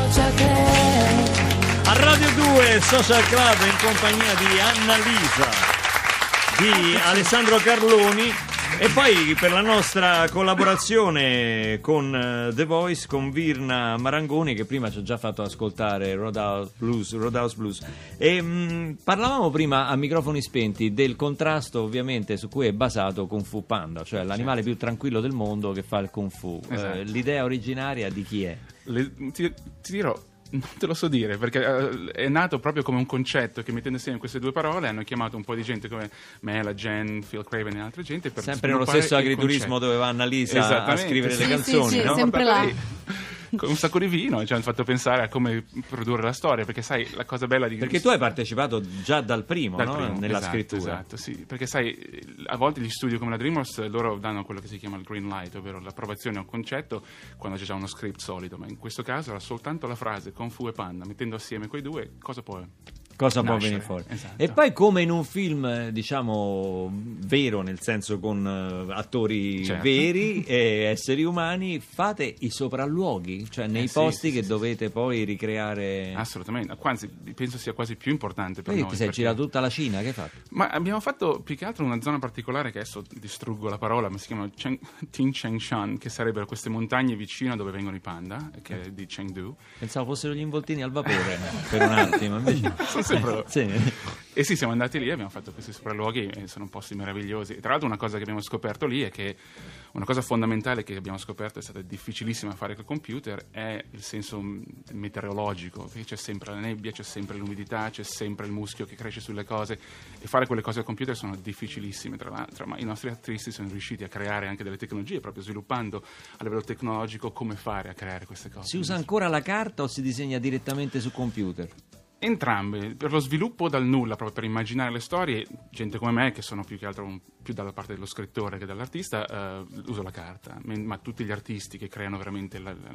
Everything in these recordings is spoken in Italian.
Social Club. A Radio 2 Social Club in compagnia di Annalisa, di Alessandro Carloni, e poi per la nostra collaborazione con The Voice, con Virna Marangoni, che prima ci ha già fatto ascoltare Roadhouse Blues. E parlavamo prima a microfoni spenti del contrasto ovviamente su cui è basato Kung Fu Panda, cioè l'animale più tranquillo del mondo che fa il Kung Fu. Esatto. L'idea originaria di chi è? Ti dirò, non te lo so dire, perché è nato proprio come un concetto che, mettendo insieme queste due parole, hanno chiamato un po' di gente come me, la Jen, Phil Craven e altre gente per sempre nello stesso agriturismo dove va Annalisa a scrivere le canzoni, sì, no? sempre là. Con un sacco di vino ci hanno fatto pensare a come produrre la storia, perché sai, la cosa bella di... Perché tu hai partecipato già dal primo, no? Nella esatto, scrittura. Esatto, sì, perché sai, a volte gli studi come la DreamWorks, loro danno quello che si chiama il green light, ovvero l'approvazione a un concetto quando c'è già uno script solido, ma in questo caso era soltanto la frase Kung Fu e Panda, mettendo assieme quei due, cosa può nascere, venire fuori. Esatto. E poi, come in un film, diciamo, vero, nel senso con attori certo. veri e esseri umani, fate i sopralluoghi, cioè nei posti che dovete poi ricreare. Assolutamente, anzi penso sia quasi più importante per Poi noi. ti sei girato tutta la Cina, che hai fatto? Ma abbiamo fatto più che altro una zona particolare che adesso distruggo la parola, ma si chiama Tianchangshan, che sarebbero queste montagne vicino dove vengono i panda, che è di Chengdu. Pensavo fossero gli involtini al vapore per un attimo, invece. Sono sempre... Sì. E sì, siamo andati lì, abbiamo fatto questi sopralluoghi e sono posti meravigliosi. E tra l'altro una cosa che abbiamo scoperto lì è che una cosa fondamentale che abbiamo scoperto, è stata difficilissima a fare col computer, è il senso meteorologico, perché c'è sempre la nebbia, c'è sempre l'umidità, c'è sempre il muschio che cresce sulle cose, e fare quelle cose al computer sono difficilissime, tra l'altro, ma i nostri artisti sono riusciti a creare anche delle tecnologie, proprio sviluppando a livello tecnologico come fare a creare queste cose. Si usa ancora la carta o si disegna direttamente su computer? Entrambe, per lo sviluppo dal nulla, proprio per immaginare le storie, gente come me, che sono più che altro più dalla parte dello scrittore che dall'artista, uso la carta, ma tutti gli artisti che creano veramente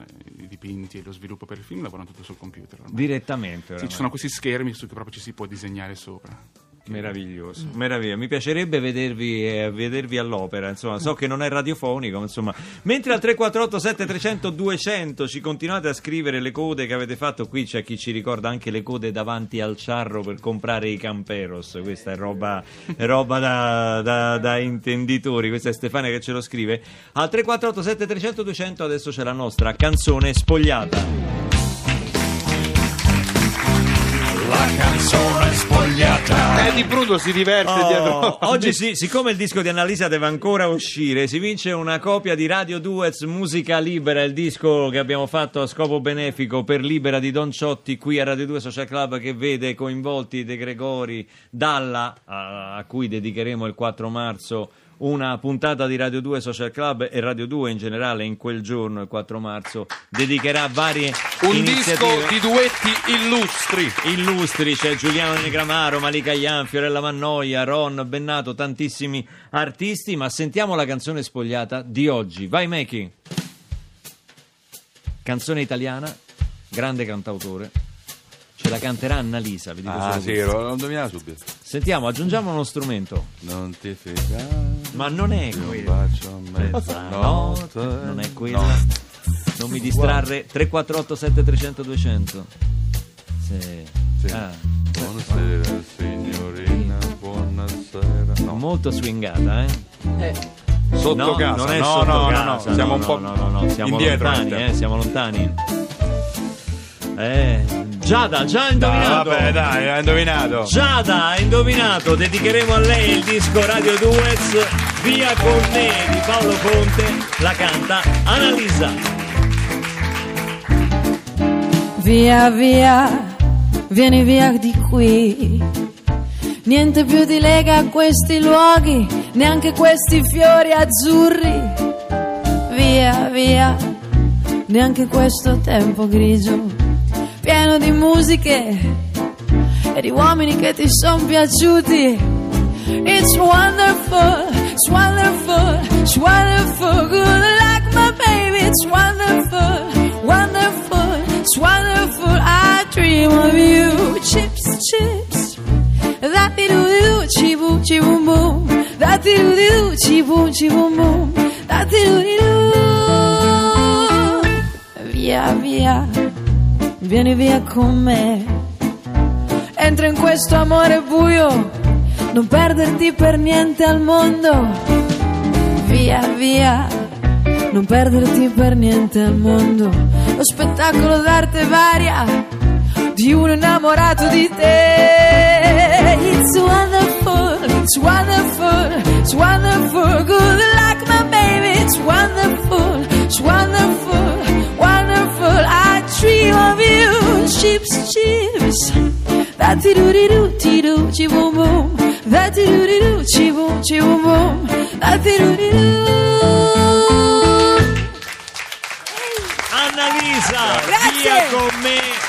i dipinti e lo sviluppo per il film lavorano tutto sul computer. Ormai. Direttamente? Sì, ci sono questi schermi su cui proprio ci si può disegnare sopra. Meraviglioso, meraviglia. Mi piacerebbe vedervi all'opera, insomma, so che non è radiofonico, insomma. Mentre al 348 7300 200 ci continuate a scrivere le code che avete fatto, qui c'è chi ci ricorda anche le code davanti al Charro per comprare i Camperos, questa è roba da intenditori, questa è Stefania che ce lo scrive. Al 348 7300 200 adesso c'è la nostra canzone spogliata. La canzone spogliata. Eddie Bruno si diverte dietro. Oggi sì, siccome il disco di Annalisa deve ancora uscire, si vince una copia di Radio Duets Musica Libera, il disco che abbiamo fatto a scopo benefico per Libera di Don Ciotti qui a Radio 2 Social Club, che vede coinvolti De Gregori, Dalla, a cui dedicheremo il 4 marzo una puntata di Radio 2 Social Club, e Radio 2 in generale in quel giorno, il 4 marzo, dedicherà varie iniziative. Disco di duetti illustri. C'è Giuliano Negramaro, Malika Ian, Fiorella Mannoia, Ron Bennato, tantissimi artisti. Ma sentiamo la canzone spogliata di oggi. Vai Meki! Canzone italiana, grande cantautore. Ce la canterà Annalisa, vi dico solo sì, questo. lo indoviniamo subito. Sentiamo, aggiungiamo uno strumento. Non ti fregare. Ma non è Un quello. bacio a mezzanotte. Non è quella. No. Non mi distrarre. 348 7300 200. Sì. Buonasera signorina, buonasera. No. Molto swingata, Sotto no, casa. non è no, sotto no, casa. no, siamo un po' no, siamo indietro. lontani, siamo lontani. Giada, già ha indovinato. Vabbè, dai, hai indovinato. Giada ha indovinato. Dedicheremo a lei il disco Radio Duets Via con te di Paolo Conte. La canta Annalisa. Via, via, vieni via di qui. Niente più ti lega a questi luoghi, neanche questi fiori azzurri. Via, via, neanche questo tempo grigio, pieno di musiche e di uomini che ti son piaciuti. It's wonderful, it's wonderful, it's wonderful. Good luck, my baby, it's wonderful, wonderful, it's wonderful. I dream of you. Chips, chips, da-di-doo-doo, chi-boom, chi-boom, boom. Da-di-doo-doo, chi-boom, chi-boom, boom. Da-di-doo-doo. Via, via, vieni via con me. Entra in questo amore buio, non perderti per niente al mondo. Via, via, non perderti per niente al mondo. Lo spettacolo d'arte varia di un innamorato di te. It's wonderful, it's wonderful, it's wonderful. Good luck my baby, it's wonderful, it's wonderful, wonderful. I dream of you, chips, chips. Da ti do di do ti do chi boom boom. Da ti do di do chi boom boom. Da ti do di do. Annalisa, via con me.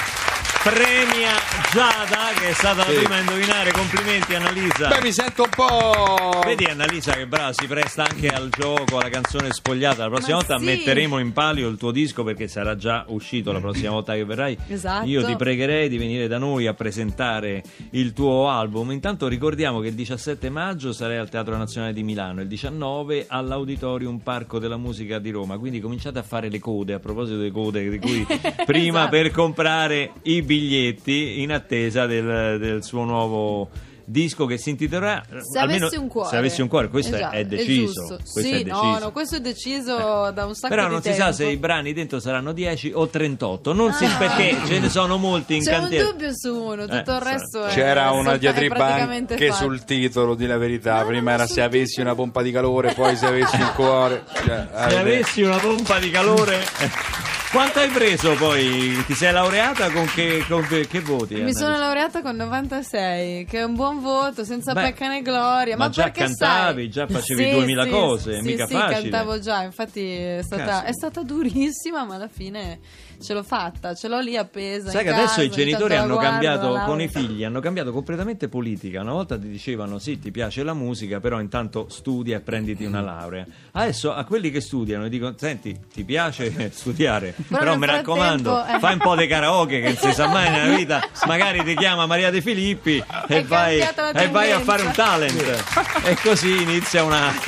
Premia Giada, che è stata la prima a indovinare. Complimenti Annalisa. Beh, mi sento un po'... Vedi Annalisa che brava, si presta anche al gioco, alla canzone spogliata. La prossima volta metteremo in palio il tuo disco, perché sarà già uscito la prossima volta che verrai. Esatto. Io ti pregherei di venire da noi a presentare il tuo album. Intanto ricordiamo che il 17 maggio sarai al Teatro Nazionale di Milano, il 19 all'Auditorium Parco della Musica di Roma. Quindi cominciate a fare le code, a proposito delle code di cui prima, esatto, per comprare i biglietti in attesa del suo nuovo disco, che si intitolerà Se avessi un cuore. Se avessi un cuore. Questo esatto, è deciso. giusto. Questo sì, è deciso. no, questo è deciso da un sacco Però di non tempo. si sa se i brani dentro saranno 10 o 38. Non si, perché ce ne sono molti in C'è cantiere. un dubbio su uno, tutto il resto è C'era una diatriba praticamente anche fatto. sul titolo, di la verità. No, Prima era sul se avessi una pompa di calore, poi se avessi un cuore. Cioè, Se avessi una pompa di calore. Quanto hai preso poi? Ti sei laureata con che voti? Mi Annalisa? sono laureata con 96, che è un buon voto, senza Beh, pecca né gloria. ma già perché cantavi, sai? già facevi Sì, 2000 sì, cose, sì, mica sì, facile. cantavo già, infatti è Caspita. stata durissima, ma alla fine ce l'ho fatta, ce l'ho lì appesa. Sai in che adesso casa, i genitori intanto hanno la guardo, cambiato la con i laurea. figli, hanno cambiato completamente politica. Una volta ti dicevano sì, ti piace la musica, però intanto studia e prenditi una laurea. Adesso a quelli che studiano gli dicono senti, ti piace studiare, però nel mi raccomando, frattempo, fai un po' di karaoke, che non si sa mai nella vita, magari ti chiama Maria De Filippi e vai cambiata la a tendenza. fare un talent e così inizia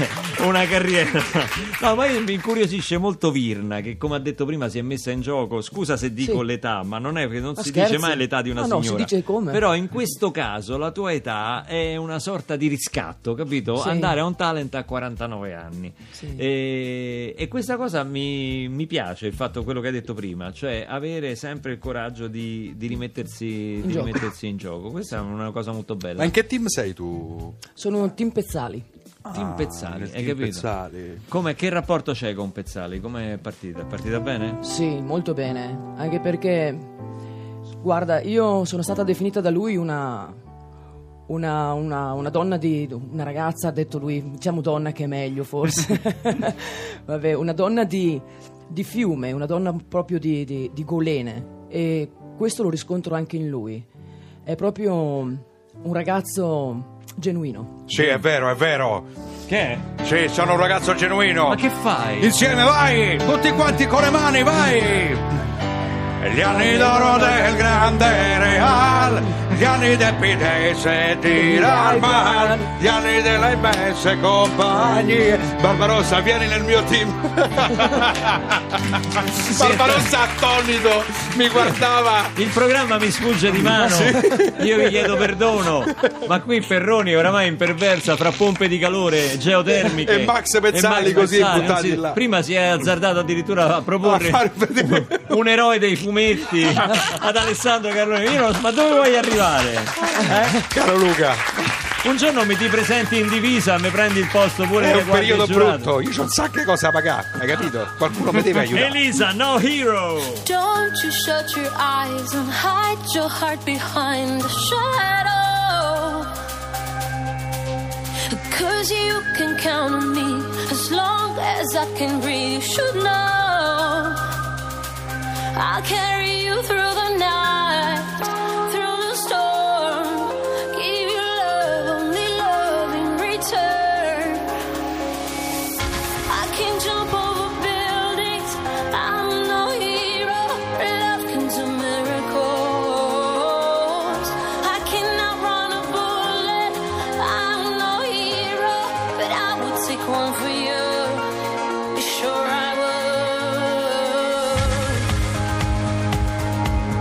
una carriera. No, poi mi incuriosisce molto Virna, che come ha detto prima si è messa in gioco. Scusa se dico Sì. l'età, ma non è che non Ma si scherzi? dice mai l'età di una No, no, signora. si dice come. Però in questo caso la tua età è una sorta di riscatto, capito? Sì. Andare a un talent a 49 anni. Sì. E questa cosa mi piace, il fatto, quello che hai detto prima, cioè avere sempre il coraggio di rimettersi in gioco. Questa è una cosa molto bella. Ma in che team sei tu? Sono Team Pezzali. Team Pezzali, nel hai team capito? Pezzali. Che rapporto c'è con Pezzali? Come è partita? È partita bene? Sì, molto bene. Anche perché, guarda, io sono stata definita da lui una donna una ragazza, ha detto lui, diciamo donna che è meglio forse. Vabbè, una donna di fiume, una donna proprio di golene. E questo lo riscontro anche in lui. È proprio un ragazzo genuino. Sì, è vero, è vero. Che è? Sì, sono un ragazzo genuino. Ma che fai? Insieme, vai! Tutti quanti con le mani, vai! Gli anni d'oro del grande Real, gli anni del Pinese di Ralman, gli anni delle immense compagnie. Barbarossa, vieni nel mio team. Barbarossa attonito mi guardava. Il programma mi sfugge di mano, io vi chiedo perdono, ma qui Ferroni oramai imperversa fra pompe di calore, geotermiche E Max Pezzali così Pezzali, buttati non si- là. Prima si è azzardato addirittura a proporre A fare vedere. un eroe dei fumetti ad Alessandro Carloni. Ma dove vuoi arrivare? Caro Luca, Un giorno mi ti presenti in divisa, mi prendi il posto pure è nei un guardie periodo giurato. brutto. Io c'ho un sacco di cose da pagare, hai capito? Qualcuno mi deve aiutare. Elisa, no hero. Don't you shut your eyes and hide your heart behind the shadow. 'Cause you can count on me as long as I can breathe. You should know I'll carry you through the night, through the storm. Give you love, only love in return. I can jump over buildings, I'm no hero. Love can do miracles. I cannot run a bullet, I'm no hero, but I would take one for you. Be sure I would.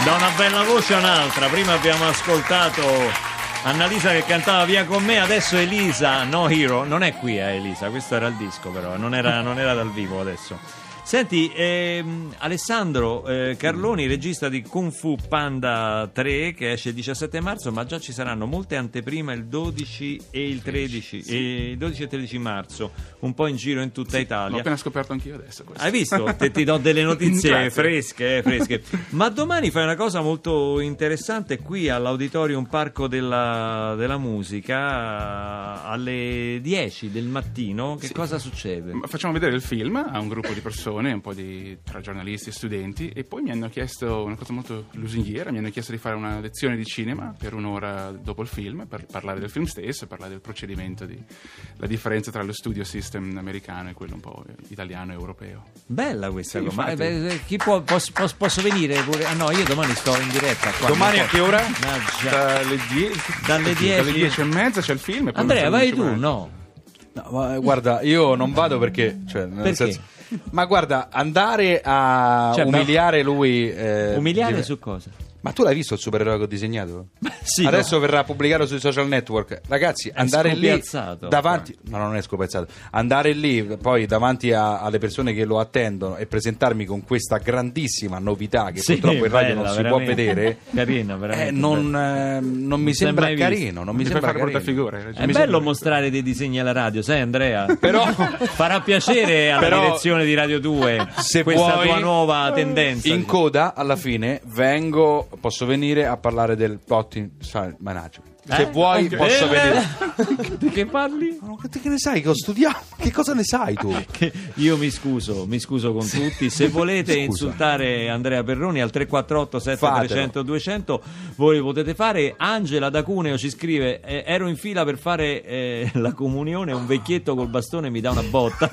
Da una bella voce a un'altra. Prima abbiamo ascoltato Annalisa che cantava Via con me, adesso Elisa, No Hero. Non è qui Elisa, questo era il disco però, non era dal vivo adesso. Senti, Alessandro Carloni, regista di Kung Fu Panda 3, che esce il 17 marzo, ma già ci saranno molte anteprime il 12 e il 13, e il 12 e 13 marzo, un po' in giro in tutta Italia. L'ho appena scoperto anch'io adesso questo. Hai visto? Ti do delle notizie Grazie. fresche. Ma domani fai una cosa molto interessante qui all'Auditorium Parco della Musica alle 10 del mattino. Che cosa succede? Facciamo vedere il film a un gruppo di persone, un po' tra giornalisti e studenti, e poi mi hanno chiesto una cosa molto lusinghiera, mi hanno chiesto di fare una lezione di cinema per un'ora dopo il film, per parlare del film stesso, parlare del procedimento, la differenza tra lo studio system americano e quello un po' italiano e europeo. Bella questa Sì, cosa. Ma, infatti. chi posso venire pure? Ah no, io domani sto in diretta qua. Domani a che ora? Dalle 10. Dalle 10:30 c'è il film e poi Andrea, vai tu, 11:40. no? No, ma guarda, io non vado perché, cioè, nel Perché? senso, ma guarda, andare a Cioè, umiliare lui. Umiliare su cosa? Ma tu l'hai visto il supereroe che ho disegnato? Sì, Adesso no. verrà pubblicato sui social network. Ragazzi, andare lì scopiazzato. davanti. No, non è scopiazzato. Andare lì poi davanti alle persone che lo attendono e presentarmi con questa grandissima novità che Sì, purtroppo in radio bella, non si può veramente. vedere. Carina, veramente. Non mi si è sembra mai visto. carino. Non mi Per sembra fare brutta carino. figura, hai ragione. È mi bello sembra- mostrare dei disegni alla radio, sai Andrea? Però Farà piacere alla Però, direzione di Radio 2 se questa vuoi, tua nuova tendenza. in coda alla fine posso venire a parlare del plotting management. Se vuoi posso venire. Di che parli? Ma che ne sai che ho studiato? Che cosa ne sai tu? Che io mi scuso con tutti. Se volete Scusa. insultare Andrea Perroni al 348 7300 200 voi potete fare. Angela da Cuneo ci scrive: ero in fila per fare la comunione, un vecchietto col bastone mi dà una botta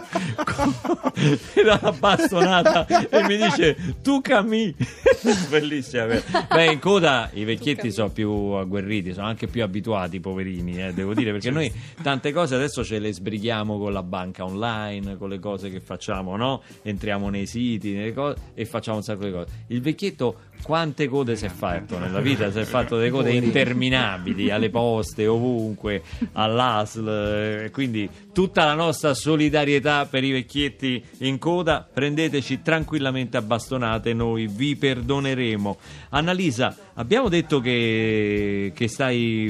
mi dà una bastonata e mi dice tu cammi. Bellissima. Beh, in coda i vecchietti sono più agguerriti, sono anche più abituati, poverini, devo dire, perché noi tante cose adesso ce le sbrighiamo con la banca online, con le cose che facciamo, no? Entriamo nei siti, nelle cose, e facciamo un sacco di cose. Il vecchietto quante code si è fatto nella vita? Si è fatto delle code interminabili alle poste, ovunque, all'ASL, quindi tutta la nostra solidarietà per i vecchietti in coda. Prendeteci tranquillamente a bastonate, noi vi perdoneremo. Annalisa, abbiamo detto che stai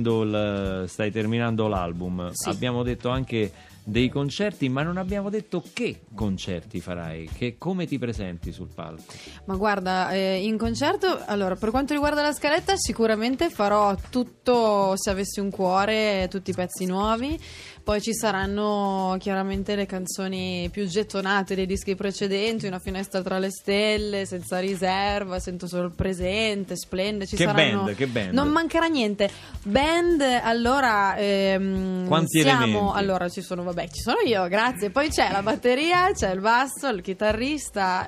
terminando l'album, Sì. Abbiamo detto anche dei concerti, ma non abbiamo detto che concerti farai, come ti presenti sul palco. Ma guarda, in concerto, allora, per quanto riguarda la scaletta, sicuramente farò tutto Se avessi un cuore, tutti i pezzi nuovi. Poi ci saranno chiaramente le canzoni più gettonate dei dischi precedenti, Una finestra tra le stelle, Senza riserva, Sento solo il presente, Splende. Ci Che saranno... band, che band. Non mancherà niente. Band, allora Quanti siamo, elementi? allora ci sono io, grazie. Poi c'è la batteria, c'è il basso, il chitarrista,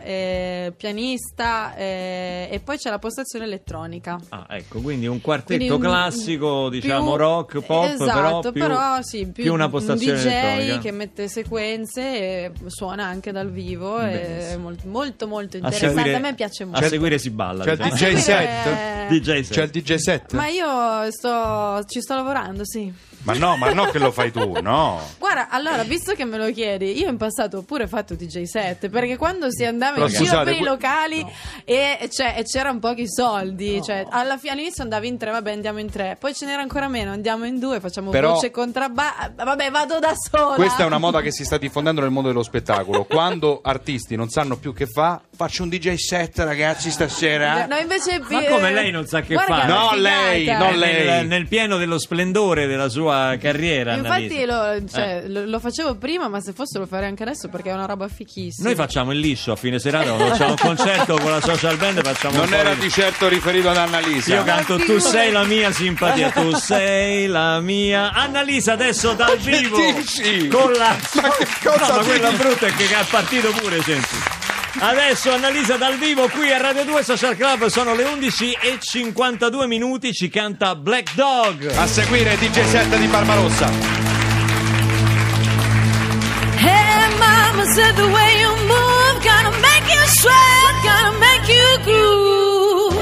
pianista, e poi c'è la postazione elettronica. Ah, ecco, quindi un quartetto Quindi classico, diciamo più- rock, pop, esatto, però sì, più una postazione un DJ elettronica. che mette sequenze e suona anche dal vivo. È Benissimo. molto molto A interessante. seguire- A me piace A molto. seguire si balla. C'è il diciamo. DJ seguire- set? DJ set. C'è il DJ set? Ma io ci sto lavorando, sì. Ma no che lo fai tu, no. Guarda, allora, visto che me lo chiedi, io in passato ho pure fatto DJ set, perché quando si andava Però in giro scusate, per i locali e c'erano pochi soldi, cioè all'inizio andavi in 3, vabbè, andiamo in 3, poi ce n'era ancora meno, andiamo in 2, facciamo Però- voce vabbè, vado da sola. Questa è una moda che si sta diffondendo nel mondo dello spettacolo. Quando artisti non sanno più che fa, faccio un DJ set, ragazzi, stasera. No, invece Ma come lei non sa che guarda fare? è una No, figata. lei, non lei. Nel pieno dello splendore della sua carriera, Infatti Annalisa. lo facevo prima, ma se fosse lo farei anche adesso perché è una roba fichissima. Noi facciamo il liscio a fine serata, quando facciamo un concerto con la social band, facciamo un Non po' era di certo riferito ad Annalisa. Io canto Tu sei la mia simpatia, tu sei la mia. Annalisa adesso dal vivo dici? con la Ma che cosa no, ma quella dici? brutta è che è partito pure, senti. Adesso Annalisa dal vivo qui a Radio 2 Social Club, sono le 11:52 minuti, ci canta Black Dog. A seguire DJ set di Barbarossa. Hey, mama said the way you move gonna make you sweat, gonna make you groove.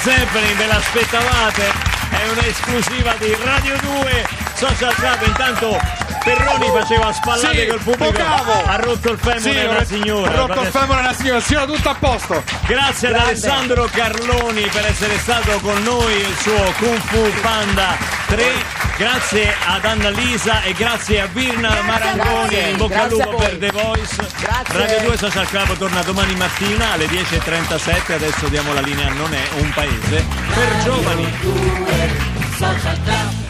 Zeppelin, ve l'aspettavate? È un'esclusiva di Radio 2 Social Club. Intanto Perroni faceva spallate Sì, col pubblico, Pocavo. ha rotto il femore una signora. Ha rotto il femore una signora, tutto a posto. Grazie ad Alessandro Carloni per essere stato con noi, il suo Kung Fu Panda 3. Grazie ad Annalisa e grazie a Virna Marangoni. Grazie. In bocca al Grazie lupo a voi. per The Voice. Grazie. Radio 2 Social Club torna domani mattina alle 10:37. Adesso diamo la linea Non è un paese per giovani. Social Club.